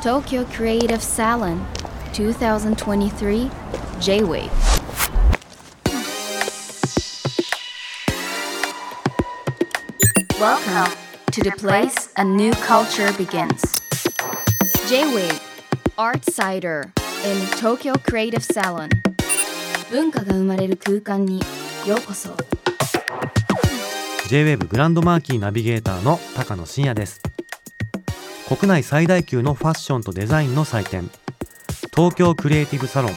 Tokyo Creative Salon 2023 J-Wave. Welcome to the place a new culture begins. J-Wave Art Cider in Tokyo Creative Salon. 文化が生まれる空間にようこそ。 J-Wave グランドマーキーナビゲーターの高野真也です。国内最大級のファッションとデザインの祭典、東京クリエイティブサロン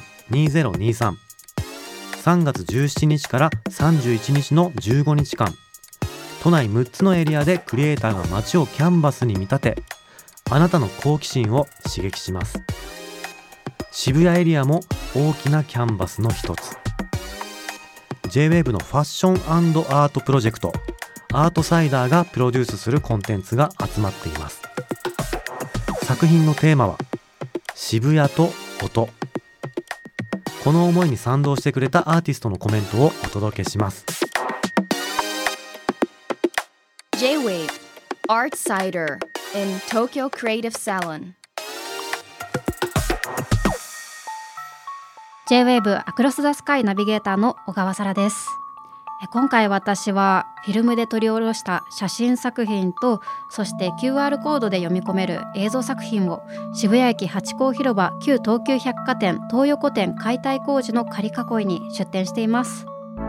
2023。3月17日から31日の15日間、都内6つのエリアでクリエイターが街をキャンバスに見立て、あなたの好奇心を刺激します。渋谷エリアも大きなキャンバスの一つ。 J-Wave のファッション&アートプロジェクト、アートサイダーがプロデュースするコンテンツが集まっています。作品のテーマは渋谷と音。この思いに賛同してくれたアーティストのコメントをお届けします。 J-Wave Art Cider in Tokyo Creative Salon. J-Wave アクロスザスカイナビゲーターの小川沙羅です。今回私はフィルムで撮り下ろした写真作品と、そして QR コードで読み込める映像作品を渋谷駅ハチ公広場旧東急百貨店東横店解体工事の仮囲いに出展しています。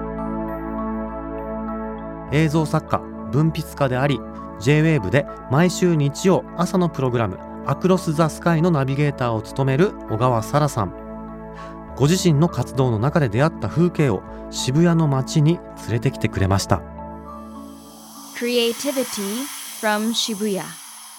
映像作家、文筆家であり J-Wave で毎週日曜朝のプログラムアクロスザスカイのナビゲーターを務める小川沙羅さん。ご自身の活動の中で出会った風景を渋谷の街に連れてきてくれました。 Creativity from 渋谷。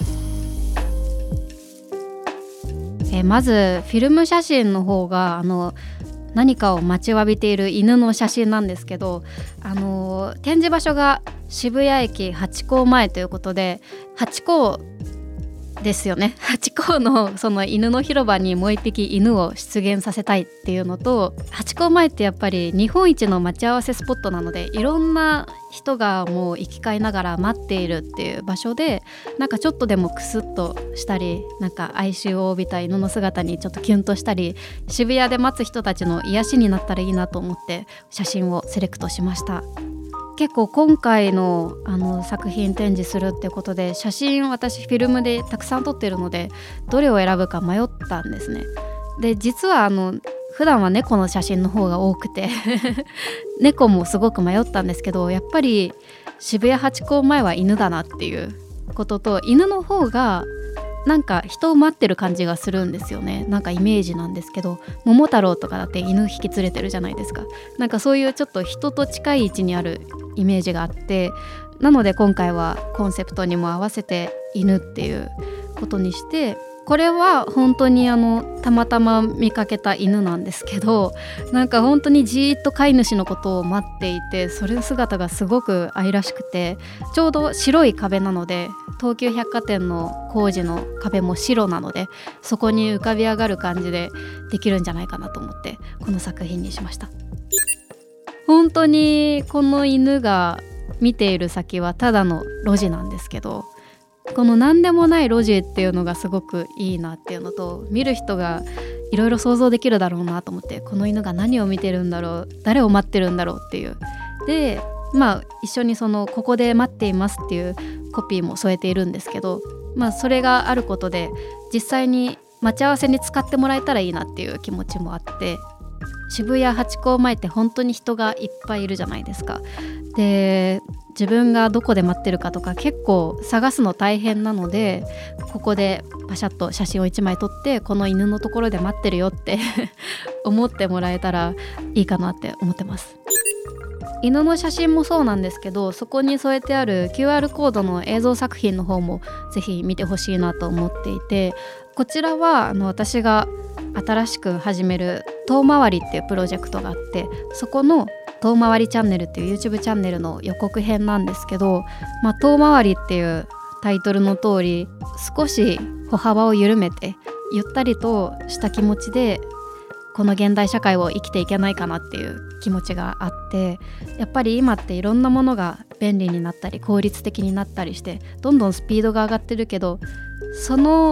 まずフィルム写真の方が何かを待ちわびている犬の写真なんですけど、展示場所が渋谷駅ハチ公前ということで、ハチ公ですよね。ハチ公のその犬の広場にもう一匹犬を出現させたいっていうのと、ハチ公前ってやっぱり日本一の待ち合わせスポットなので、いろんな人がもう行き交いながら待っているっていう場所で、なんかちょっとでもクスッとしたり、なんか哀愁を帯びた犬の姿にちょっとキュンとしたり、渋谷で待つ人たちの癒しになったらいいなと思って写真をセレクトしました。結構今回の作品展示するってことで、写真私フィルムでたくさん撮ってるので、どれを選ぶか迷ったんですね。で実は普段は猫の写真の方が多くて猫もすごく迷ったんですけど、やっぱり渋谷ハチ公前は犬だなっていうことと、犬の方がなんか人を待ってる感じがするんですよね。なんかイメージなんですけど、桃太郎とかだって犬引き連れてるじゃないですか。なんかそういうちょっと人と近い位置にあるイメージがあって、なので今回はコンセプトにも合わせて犬っていうことにして、これは本当にたまたま見かけた犬なんですけど、なんか本当にじーっと飼い主のことを待っていて、それの姿がすごく愛らしくて、ちょうど白い壁なので、東急百貨店の工事の壁も白なので、そこに浮かび上がる感じでできるんじゃないかなと思ってこの作品にしました。本当にこの犬が見ている先はただの路地なんですけど、この何でもない路地っていうのがすごくいいなっていうのと、見る人がいろいろ想像できるだろうなと思って、この犬が何を見てるんだろう、誰を待ってるんだろうっていう。で一緒にここで待っていますっていうコピーも添えているんですけど、それがあることで実際に待ち合わせに使ってもらえたらいいなっていう気持ちもあって、渋谷ハチ公前って本当に人がいっぱいいるじゃないですか。で自分がどこで待ってるかとか結構探すの大変なので、ここでパシャッと写真を1枚撮って、この犬のところで待ってるよって思ってもらえたらいいかなって思ってます。犬の写真もそうなんですけど、そこに添えてある QR コードの映像作品の方もぜひ見てほしいなと思っていて、こちらは私が新しく始める遠回りっていうプロジェクトがあって、そこの遠回りチャンネルっていう YouTube チャンネルの予告編なんですけど、遠回りっていうタイトルの通り、少し歩幅を緩めてゆったりとした気持ちでこの現代社会を生きていけないかなっていう気持ちがあって、やっぱり今っていろんなものが便利になったり効率的になったりして、どんどんスピードが上がってるけど、その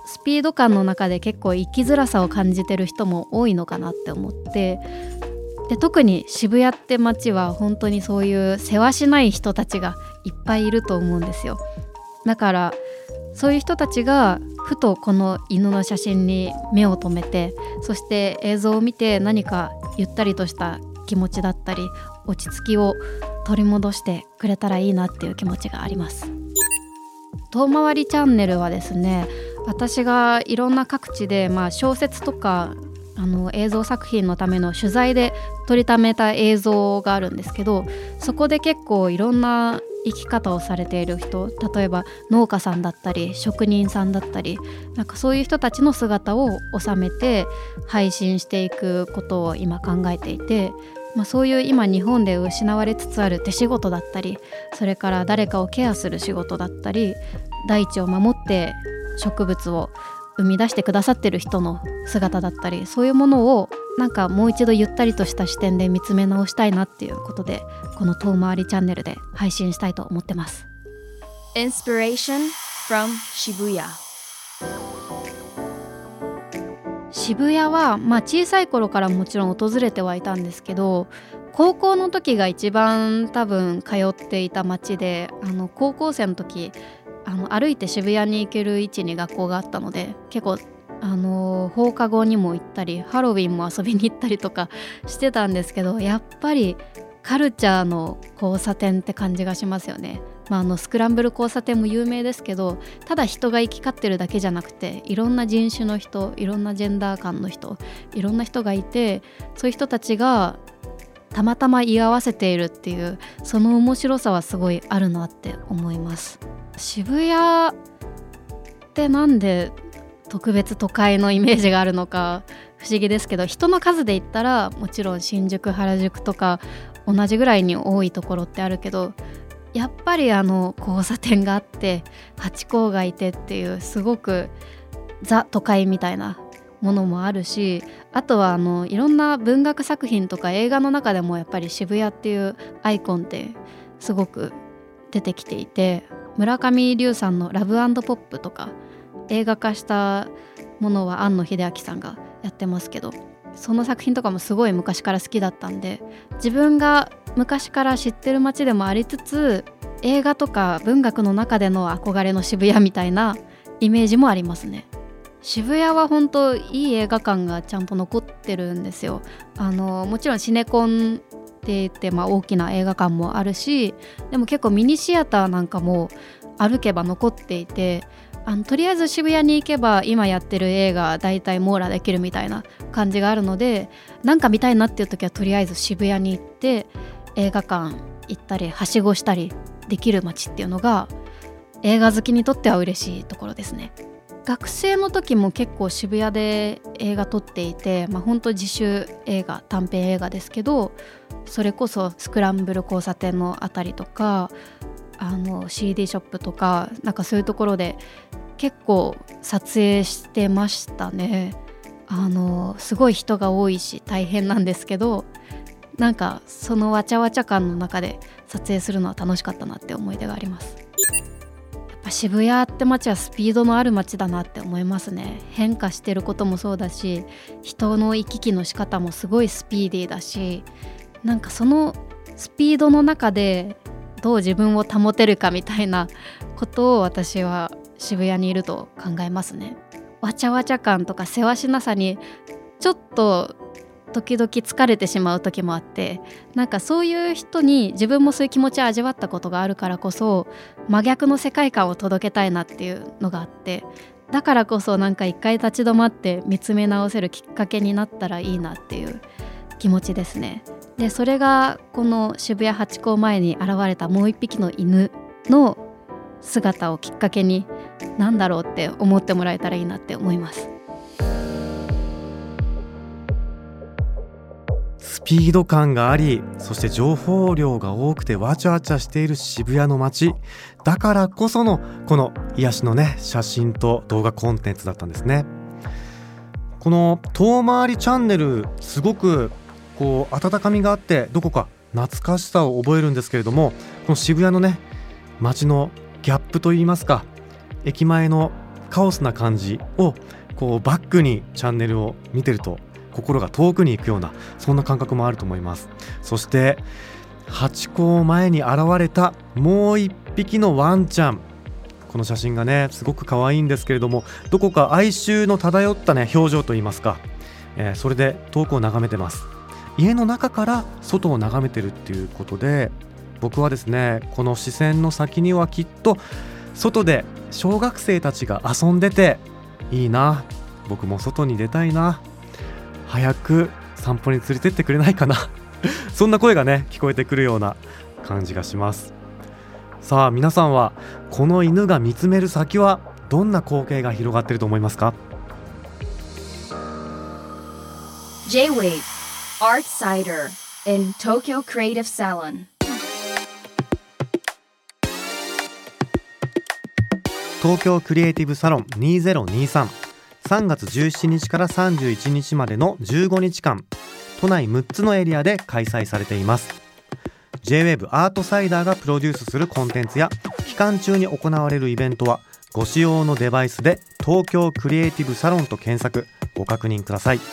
スピード感の中で結構生きづらさを感じてる人も多いのかなって思って、で特に渋谷って街は本当にそういうせわしない人たちがいっぱいいると思うんですよ。だからそういう人たちがふとこの犬の写真に目を留めて、そして映像を見て何かゆったりとした気持ちだったり落ち着きを取り戻してくれたらいいなっていう気持ちがあります。遠回りチャンネルはですね、私がいろんな各地で、小説とか映像作品のための取材で撮りためた映像があるんですけど、そこで結構いろんな生き方をされている人、例えば農家さんだったり職人さんだったり、なんかそういう人たちの姿を収めて配信していくことを今考えていて、そういう今日本で失われつつある手仕事だったり、それから誰かをケアする仕事だったり、大地を守って植物を生み出してくださってる人の姿だったり、そういうものをなんかもう一度ゆったりとした視点で見つめ直したいなっていうことで、この遠回りチャンネルで配信したいと思ってます。 Inspiration from Shibuya。 渋谷は小さい頃からもちろん訪れてはいたんですけど、高校の時が一番多分通っていた街で、高校生の時歩いて渋谷に行ける位置に学校があったので、結構放課後にも行ったりハロウィンも遊びに行ったりとかしてたんですけど、やっぱりカルチャーの交差点って感じがしますよね。スクランブル交差点も有名ですけど、ただ人が行き交ってるだけじゃなくて、いろんな人種の人、いろんなジェンダー間の人、いろんな人がいて、そういう人たちがたまたま居合わせているっていう、その面白さはすごいあるなって思います。渋谷ってなんで特別都会のイメージがあるのか不思議ですけど、人の数で言ったらもちろん新宿、原宿とか同じぐらいに多いところってあるけど、やっぱり交差点があってハチ公がいてっていう、すごくザ都会みたいなものもあるし、あとはいろんな文学作品とか映画の中でもやっぱり渋谷っていうアイコンってすごく出てきていて、村上龍さんのラブ&ポップとか映画化したものは庵野秀明さんがやってますけど、その作品とかもすごい昔から好きだったんで、自分が昔から知ってる街でもありつつ、映画とか文学の中での憧れの渋谷みたいなイメージもありますね。渋谷は本当いい映画館がちゃんと残ってるんですよ。もちろんシネコンって言って大きな映画館もあるし、でも結構ミニシアターなんかも歩けば残っていて、とりあえず渋谷に行けば今やってる映画だいたい網羅できるみたいな感じがあるので、なんか見たいなっていう時はとりあえず渋谷に行って映画館行ったりはしごしたりできる街っていうのが映画好きにとっては嬉しいところですね。学生の時も結構渋谷で映画撮っていて、本当自主映画、短編映画ですけど、それこそスクランブル交差点のあたりとかCD ショップとか、なんかそういうところで結構撮影してましたね。すごい人が多いし大変なんですけど、なんかそのわちゃわちゃ感の中で撮影するのは楽しかったなって思い出があります。やっぱ渋谷って街はスピードのある街だなって思いますね。変化してることもそうだし、人の行き来の仕方もすごいスピーディーだし、なんかそのスピードの中でどう自分を保てるかみたいなことを私は渋谷にいると考えますね。わちゃわちゃ感とかせわしなさにちょっと時々疲れてしまう時もあって、なんかそういう人に自分もそういう気持ちを味わったことがあるからこそ、真逆の世界観を届けたいなっていうのがあって、だからこそなんか一回立ち止まって見つめ直せるきっかけになったらいいなっていう気持ちですね。でそれがこの渋谷ハチ公前に現れたもう一匹の犬の姿をきっかけに、なんだろうって思ってもらえたらいいなって思います。 スピード感があり、そして情報量が多くてわちゃわちゃしている渋谷の街だからこそのこの癒しのね写真と動画コンテンツだったんですね。この遠回りチャンネル、すごくこう温かみがあってどこか懐かしさを覚えるんですけれども、この渋谷のね街のギャップといいますか、駅前のカオスな感じをこうバックにチャンネルを見てると心が遠くに行くような、そんな感覚もあると思います。そしてハチ公前に現れたもう一匹のワンちゃん、この写真がねすごく可愛いんですけれども、どこか哀愁の漂ったね表情といいますか、それで遠くを眺めてます。家の中から外を眺めてるっていうことで、僕はですねこの視線の先にはきっと外で小学生たちが遊んでて、いいな、僕も外に出たいな、早く散歩に連れてってくれないかなそんな声がね聞こえてくるような感じがします。さあ皆さんはこの犬が見つめる先はどんな光景が広がっていると思いますか？ J-Wave Art Cider in Tokyo Creative Salon。 東京クリエイティブサロン2023、 3月17日から31日までの15日間、都内6つのエリアで開催されています。 J-Wave アートサイダーがプロデュースするコンテンツや期間中に行われるイベントはご使用のデバイスで東京クリエイティブサロンと検索、ご確認ください。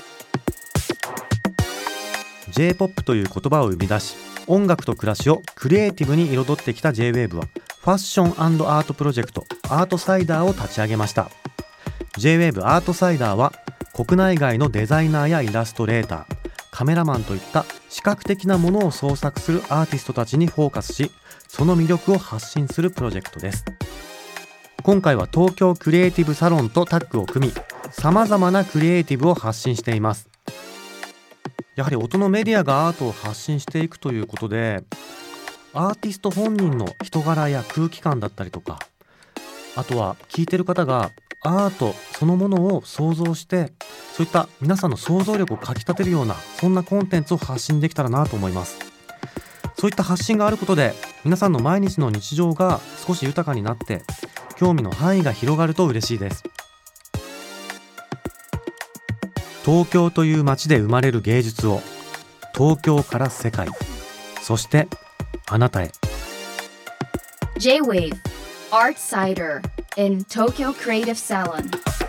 J-POP という言葉を生み出し、音楽と暮らしをクリエイティブに彩ってきた J-Wave はファッション&アートプロジェクトアートサイダーを立ち上げました。 J-Wave アートサイダーは国内外のデザイナーやイラストレーター、カメラマンといった視覚的なものを創作するアーティストたちにフォーカスし、その魅力を発信するプロジェクトです。今回は東京クリエイティブサロンとタッグを組み、さまざまなクリエイティブを発信しています。やはり音のメディアがアートを発信していくということで、アーティスト本人の人柄や空気感だったりとか、あとは聴いてる方がアートそのものを想像して、そういった皆さんの想像力をかきたてるような、そんなコンテンツを発信できたらなと思います。そういった発信があることで皆さんの毎日の日常が少し豊かになって、興味の範囲が広がると嬉しいです。東京という街で生まれる芸術を、東京から世界、そしてあなたへ。 J-Wave Art Cider in Tokyo Creative Salon。